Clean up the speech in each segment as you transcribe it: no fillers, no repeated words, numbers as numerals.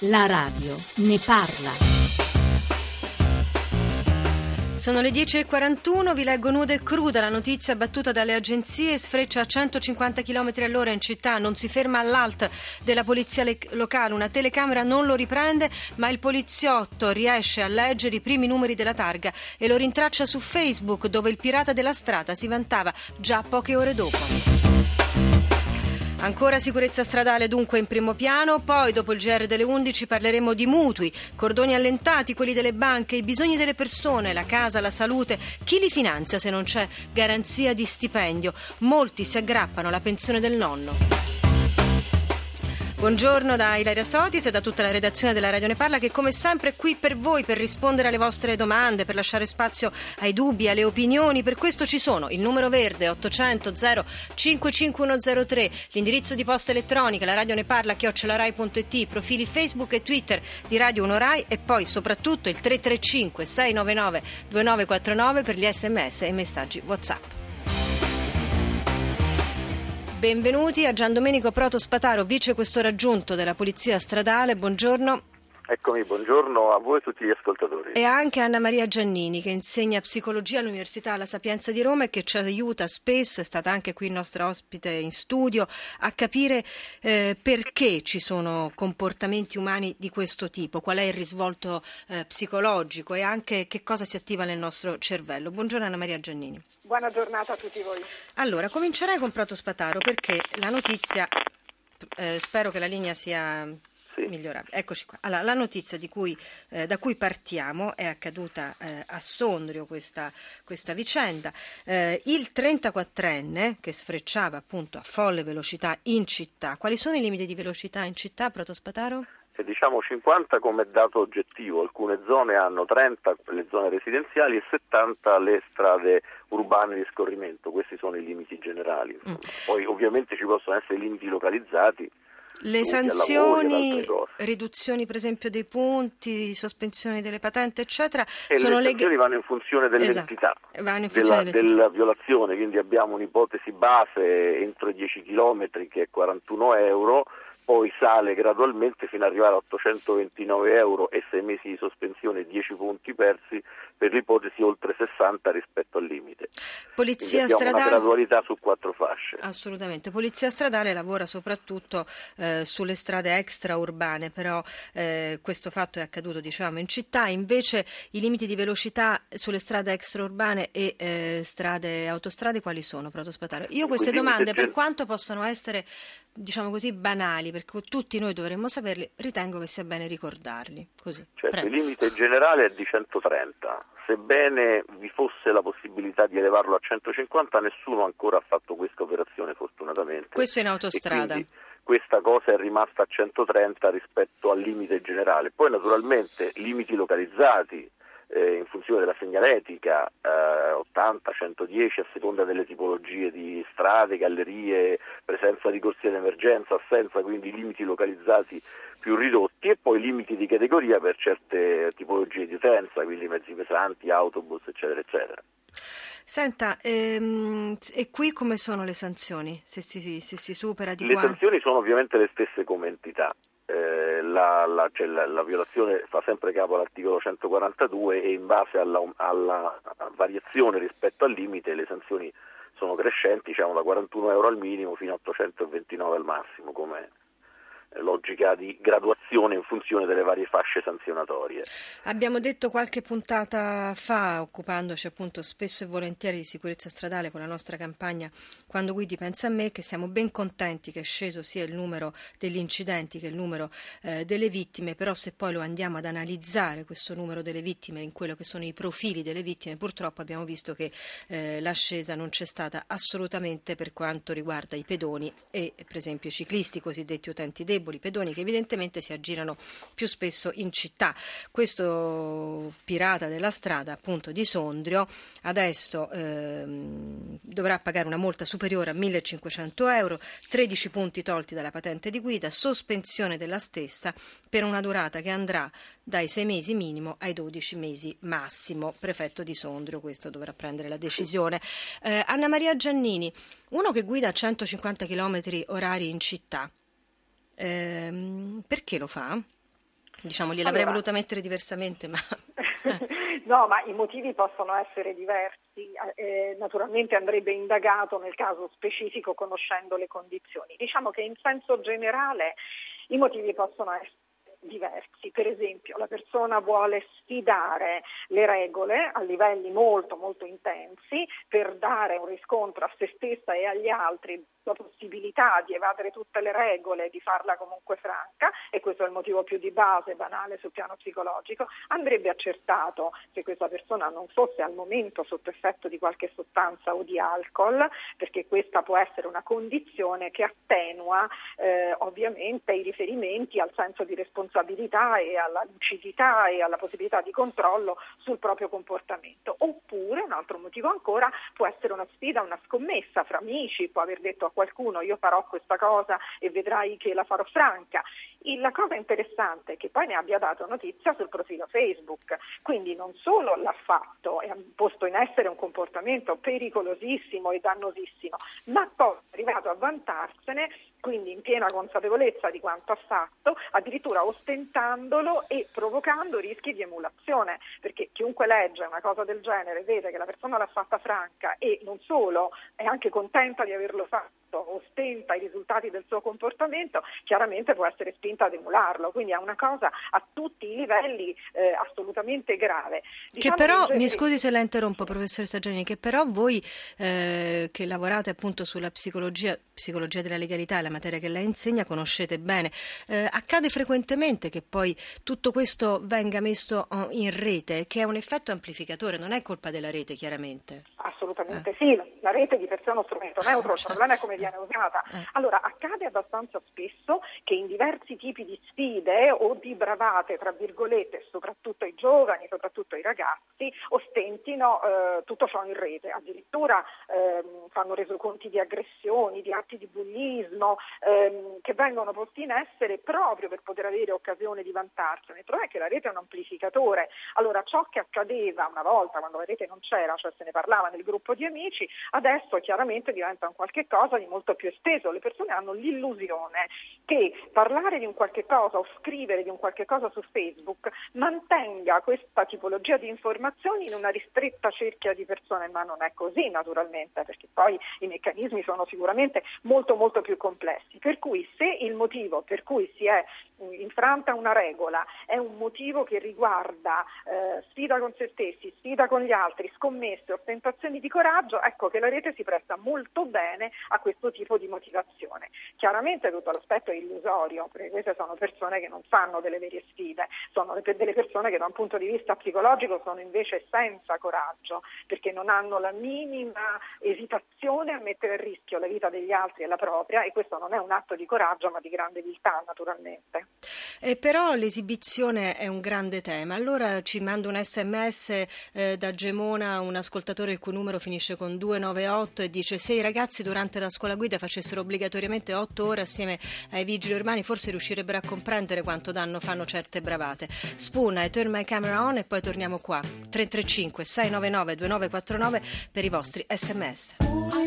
La radio ne parla. Sono le 10:41, vi leggo nuda e cruda la notizia battuta dalle agenzie: sfreccia a 150 km all'ora in città, non si ferma all'ALT della polizia locale, una telecamera non lo riprende, ma il poliziotto riesce a leggere i primi numeri della targa e lo rintraccia su Facebook, dove il pirata della strada si vantava già poche ore dopo. Ancora sicurezza stradale dunque in primo piano, poi dopo il GR delle 11 parleremo di mutui, cordoni allentati, quelli delle banche, i bisogni delle persone, la casa, la salute, chi li finanzia se non c'è garanzia di stipendio. Molti si aggrappano alla pensione del nonno. Buongiorno da Ilaria Sotis e da tutta la redazione della Radio Ne Parla, che come sempre è qui per voi, per rispondere alle vostre domande, per lasciare spazio ai dubbi, alle opinioni. Per questo ci sono il numero verde 800 055103, l'indirizzo di posta elettronica la Radio Ne Parla @rai.it, profili Facebook e Twitter di Radio 1 Rai e poi soprattutto il 335 699 2949 per gli SMS e i messaggi WhatsApp. Benvenuti a Gian Domenico Proto Spataro, vicequestore aggiunto della Polizia Stradale. Buongiorno. Eccomi, buongiorno a voi e a tutti gli ascoltatori. E anche Anna Maria Giannini, che insegna psicologia all'Università La Sapienza di Roma e che ci aiuta spesso, è stata anche qui il nostro ospite in studio, a capire perché ci sono comportamenti umani di questo tipo, qual è il risvolto psicologico e anche che cosa si attiva nel nostro cervello. Buongiorno Anna Maria Giannini. Buona giornata a tutti voi. Allora, comincerei con Proto Spataro perché la notizia, spero che la linea sia migliorabile. Eccoci qua. Allora, la notizia da cui partiamo è accaduta a Sondrio, questa vicenda. Il 34enne che sfrecciava appunto a folle velocità in città. Quali sono i limiti di velocità in città, Proto Spataro? Diciamo 50 come dato oggettivo, alcune zone hanno 30, le zone residenziali, e 70 le strade urbane di scorrimento. Questi sono i limiti generali. Poi ovviamente ci possono essere limiti localizzati. Le sanzioni, riduzioni per esempio dei punti, sospensioni delle patenti eccetera, e sono le sanzioni vanno in funzione dell'entità della violazione, quindi abbiamo un'ipotesi base entro i 10 km che è 41 euro, poi sale gradualmente fino ad arrivare a 829 euro e 6 mesi di sospensione e 10 punti persi per l'ipotesi oltre 60 rispetto al limite. Polizia abbiamo stradale, una gradualità su 4 fasce. Assolutamente. Polizia stradale lavora soprattutto sulle strade extraurbane, però questo fatto è accaduto diciamo in città, invece i limiti di velocità sulle strade extraurbane e autostrade quali sono, Proto Spataro? Io queste domande, per quanto possano essere diciamo così banali, perché tutti noi dovremmo saperli, ritengo che sia bene ricordarli. Così. Certo, il limite generale è di 130, sebbene vi fosse la possibilità di elevarlo a 150, nessuno ancora ha fatto questa operazione fortunatamente. Questo in autostrada. Questa cosa è rimasta a 130 rispetto al limite generale. Poi naturalmente limiti localizzati in funzione della segnaletica, 80, 110 a seconda delle tipologie di strade, gallerie, presenza di corsie d'emergenza, assenza, quindi limiti localizzati più ridotti, e poi limiti di categoria per certe tipologie di utenza, quindi mezzi pesanti, autobus, eccetera, eccetera. Senta, e qui come sono le sanzioni, se si supera di qua? Le sanzioni sono ovviamente le stesse come entità. La violazione fa sempre capo all'articolo 142 e in base alla variazione rispetto al limite le sanzioni sono crescenti, diciamo da 41 euro al minimo fino a 829 al massimo, come logica di graduazione in funzione delle varie fasce sanzionatorie. Abbiamo detto qualche puntata fa, occupandoci appunto spesso e volentieri di sicurezza stradale con la nostra campagna Quando guidi pensa a me, che siamo ben contenti che è sceso sia il numero degli incidenti che il numero delle vittime, però se poi lo andiamo ad analizzare questo numero delle vittime in quello che sono i profili delle vittime, purtroppo abbiamo visto che l'ascesa non c'è stata assolutamente per quanto riguarda i pedoni e per esempio i ciclisti, i cosiddetti utenti deboli, pedoni che evidentemente si aggirano più spesso in città. Questo pirata della strada appunto di Sondrio adesso dovrà pagare una multa superiore a 1.500 euro, 13 punti tolti dalla patente di guida, sospensione della stessa per una durata che andrà dai 6 mesi minimo ai 12 mesi massimo. Prefetto di Sondrio questo dovrà prendere la decisione. Anna Maria Giannini, uno che guida a 150 km orari in città, perché lo fa? Diciamo, gliel'avrei voluta mettere diversamente, ma... No, ma i motivi possono essere diversi. Naturalmente andrebbe indagato nel caso specifico conoscendo le condizioni. Diciamo che in senso generale i motivi possono essere diversi. Per esempio, la persona vuole sfidare le regole a livelli molto molto intensi per dare un riscontro a se stessa e agli altri la possibilità di evadere tutte le regole, di farla comunque franca, e questo è il motivo più di base, banale sul piano psicologico. Andrebbe accertato se questa persona non fosse al momento sotto effetto di qualche sostanza o di alcol, perché questa può essere una condizione che attenua ovviamente i riferimenti al senso di responsabilità e alla lucidità e alla possibilità di controllo sul proprio comportamento. Oppure un altro motivo ancora può essere una sfida, una scommessa fra amici, può aver detto a qualcuno io farò questa cosa e vedrai che la farò franca. La cosa interessante è che poi ne abbia dato notizia sul profilo Facebook, quindi non solo l'ha fatto e ha posto in essere un comportamento pericolosissimo e dannosissimo, ma poi è arrivato a vantarsene, quindi in piena consapevolezza di quanto ha fatto, addirittura ostentandolo e provocando rischi di emulazione, perché chiunque legge una cosa del genere vede che la persona l'ha fatta franca e non solo, è anche contenta di averlo fatto, ostenta i risultati del suo comportamento, chiaramente può essere spinta ad emularlo, quindi è una cosa a tutti i livelli assolutamente grave. Diciamo che però, mi scusi se la interrompo, professoressa Giannini, che però voi che lavorate appunto sulla psicologia della legalità, la materia che lei insegna, conoscete bene, accade frequentemente che poi tutto questo venga messo in rete, che è un effetto amplificatore, non è colpa della rete chiaramente. Assolutamente sì, la rete di per sé è uno strumento neutro, il problema è come viene usata. Allora, accade abbastanza spesso che in diversi tipi di sfide o di bravate, tra virgolette, soprattutto i giovani, soprattutto i ragazzi, ostentino tutto ciò in rete, addirittura fanno resoconti di aggressioni, di atti di bullismo che vengono posti in essere proprio per poter avere occasione di vantarsene. Il problema è che la rete è un amplificatore. Allora, ciò che accadeva una volta quando la rete non c'era, cioè se ne parlava nel gruppo di amici, adesso chiaramente diventa un qualche cosa di molto più esteso. Le persone hanno l'illusione che parlare di un qualche cosa o scrivere di un qualche cosa su Facebook mantenga questa tipologia di informazioni in una ristretta cerchia di persone, ma non è così naturalmente, perché poi i meccanismi sono sicuramente molto molto più complessi, per cui se il motivo per cui si è infranta una regola è un motivo che riguarda sfida con se stessi, sfida con gli altri, scommesse, ostentazioni di coraggio, ecco che la rete si presta molto bene a questo tipo di motivazione. Chiaramente tutto l'aspetto è illusorio, perché queste sono persone che non fanno delle vere sfide, sono delle persone che da un punto di vista psicologico sono invece senza coraggio, perché non hanno la minima esitazione a mettere a rischio la vita degli altri e la propria, e questo non è un atto di coraggio ma di grande viltà naturalmente. Però l'esibizione è un grande tema. Allora ci manda un SMS da Gemona, un ascoltatore il cui numero finisce con 298 e dice: se i ragazzi durante la scuola guida facessero obbligatoriamente 8 ore assieme ai vigili urbani forse riuscirebbero a comprendere quanto danno fanno certe bravate. Spoon, I Turn My Camera On, e poi torniamo qua. 335 699 2949 per i vostri SMS.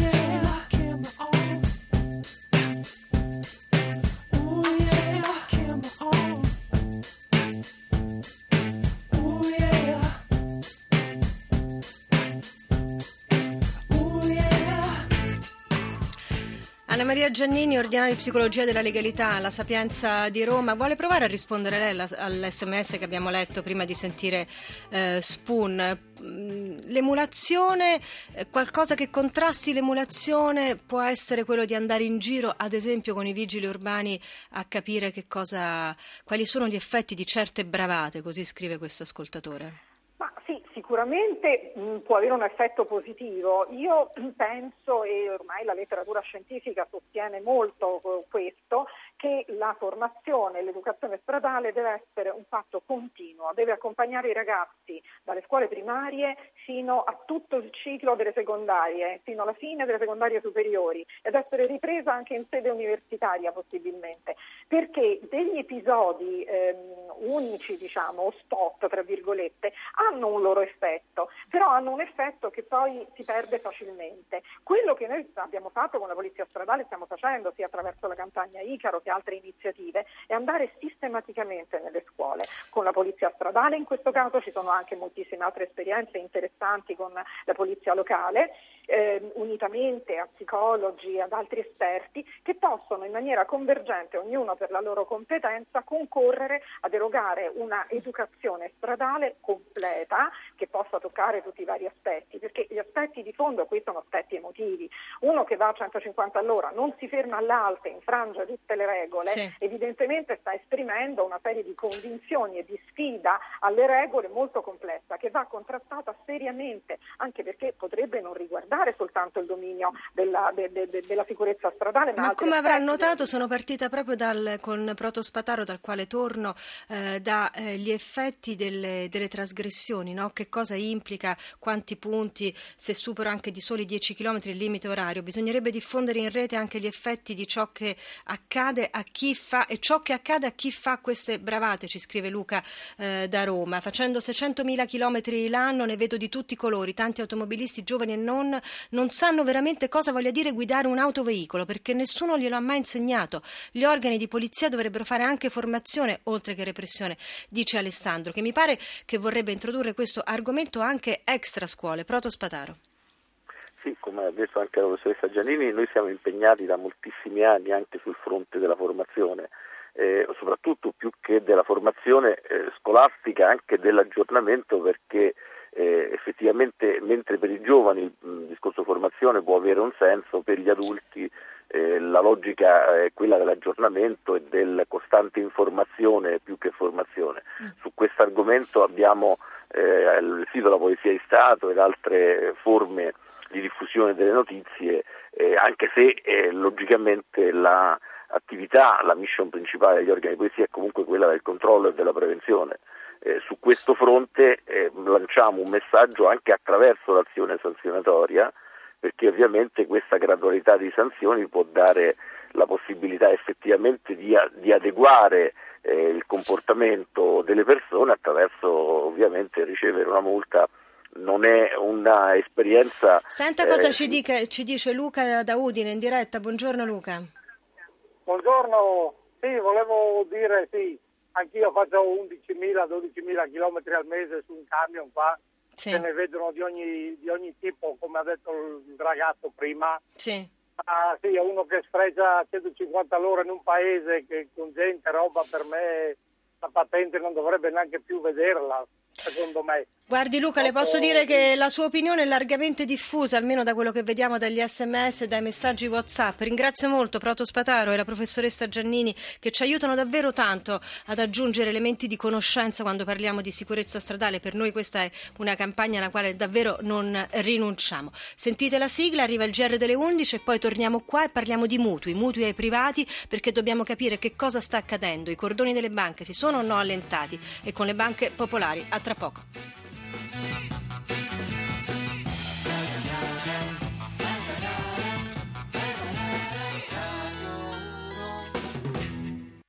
Anna Maria Giannini, ordinale di psicologia della legalità alla Sapienza di Roma, vuole provare a rispondere lei all'SMS che abbiamo letto prima di sentire Spoon. L'emulazione, qualcosa che contrasti l'emulazione può essere quello di andare in giro, ad esempio con i vigili urbani, a capire quali sono gli effetti di certe bravate, così scrive questo ascoltatore. Ma sì, sicuramente può avere un effetto positivo. Io penso, e ormai la letteratura scientifica sostiene molto questo, che la formazione e l'educazione stradale deve essere un fatto continuo, deve accompagnare i ragazzi dalle scuole primarie fino a tutto il ciclo delle secondarie, fino alla fine delle secondarie superiori, ed essere ripresa anche in sede universitaria possibilmente, perché degli episodi unici, diciamo, o spot, tra virgolette, hanno un loro effetto, però hanno un effetto che poi si perde facilmente. Quello che noi abbiamo fatto con la polizia stradale, stiamo facendo sia attraverso la campagna Icaro che altre iniziative è andare sistematicamente nelle scuole, con la polizia stradale in questo caso, ci sono anche moltissime altre esperienze interessanti con la polizia locale, unitamente a psicologi, ad altri esperti che possono in maniera convergente, ognuno per la loro competenza, concorrere ad erogare una educazione stradale completa che possa toccare tutti i vari aspetti, perché gli aspetti di fondo qui sono aspetti emotivi. Uno che va a 150 all'ora non si ferma all'alta, infrange tutte le regole, sì, evidentemente sta esprimendo una serie di convinzioni e di sfida alle regole molto complessa che va contrastata seriamente, anche perché potrebbe non riguardare soltanto il dominio della sicurezza stradale. Ma come avrà notato sono partita proprio con Proto Spataro, dal quale torno, dagli effetti delle trasgressioni, no? Che cosa implica, quanti punti, se supero anche di soli 10 km il limite orario. Bisognerebbe diffondere in rete anche gli effetti di ciò che accade a chi fa e ciò che accade a chi fa queste bravate, ci scrive Luca da Roma. Facendo 600.000 chilometri l'anno ne vedo di tutti i colori, tanti automobilisti giovani e non sanno veramente cosa voglia dire guidare un autoveicolo, perché nessuno glielo ha mai insegnato. Gli organi di polizia dovrebbero fare anche formazione oltre che repressione, dice Alessandro, che mi pare che vorrebbe introdurre questo argomento anche extra scuole. Proto Spataro. Sì, come ha detto anche la professoressa Giannini, noi siamo impegnati da moltissimi anni anche sul fronte della formazione, soprattutto più che della formazione scolastica, anche dell'aggiornamento, perché effettivamente mentre per i giovani il discorso formazione può avere un senso, per gli adulti la logica è quella dell'aggiornamento e del costante informazione più che formazione. Su questo argomento abbiamo il sito La Polizia di Stato ed altre forme di diffusione delle notizie, anche se logicamente l'attività, la mission principale degli organi di polizia è comunque quella del controllo e della prevenzione. Su questo fronte lanciamo un messaggio anche attraverso l'azione sanzionatoria, perché ovviamente questa gradualità di sanzioni può dare la possibilità effettivamente di adeguare il comportamento delle persone attraverso ovviamente ricevere una multa. Non è una esperienza. Senta cosa ci dice Luca da Udine in diretta. Buongiorno Luca. Buongiorno, sì, volevo dire sì, anch'io faccio 11.000-12.000 chilometri al mese su un camion qua, sì, se ne vedono di ogni tipo, come ha detto il ragazzo prima. Sì. Sì, è uno che sfregia 150 all'ora in un paese che con gente, roba, per me la patente non dovrebbe neanche più vederla, secondo me. Guardi Luca, le posso dire che la sua opinione è largamente diffusa, almeno da quello che vediamo dagli SMS e dai messaggi WhatsApp. Ringrazio molto Proto Spataro e la professoressa Giannini, che ci aiutano davvero tanto ad aggiungere elementi di conoscenza quando parliamo di sicurezza stradale. Per noi questa è una campagna alla quale davvero non rinunciamo. Sentite la sigla, arriva il GR delle 11 e poi torniamo qua e parliamo di mutui ai privati, perché dobbiamo capire che cosa sta accadendo. I cordoni delle banche si sono o no allentati, e con le banche popolari a tra poco.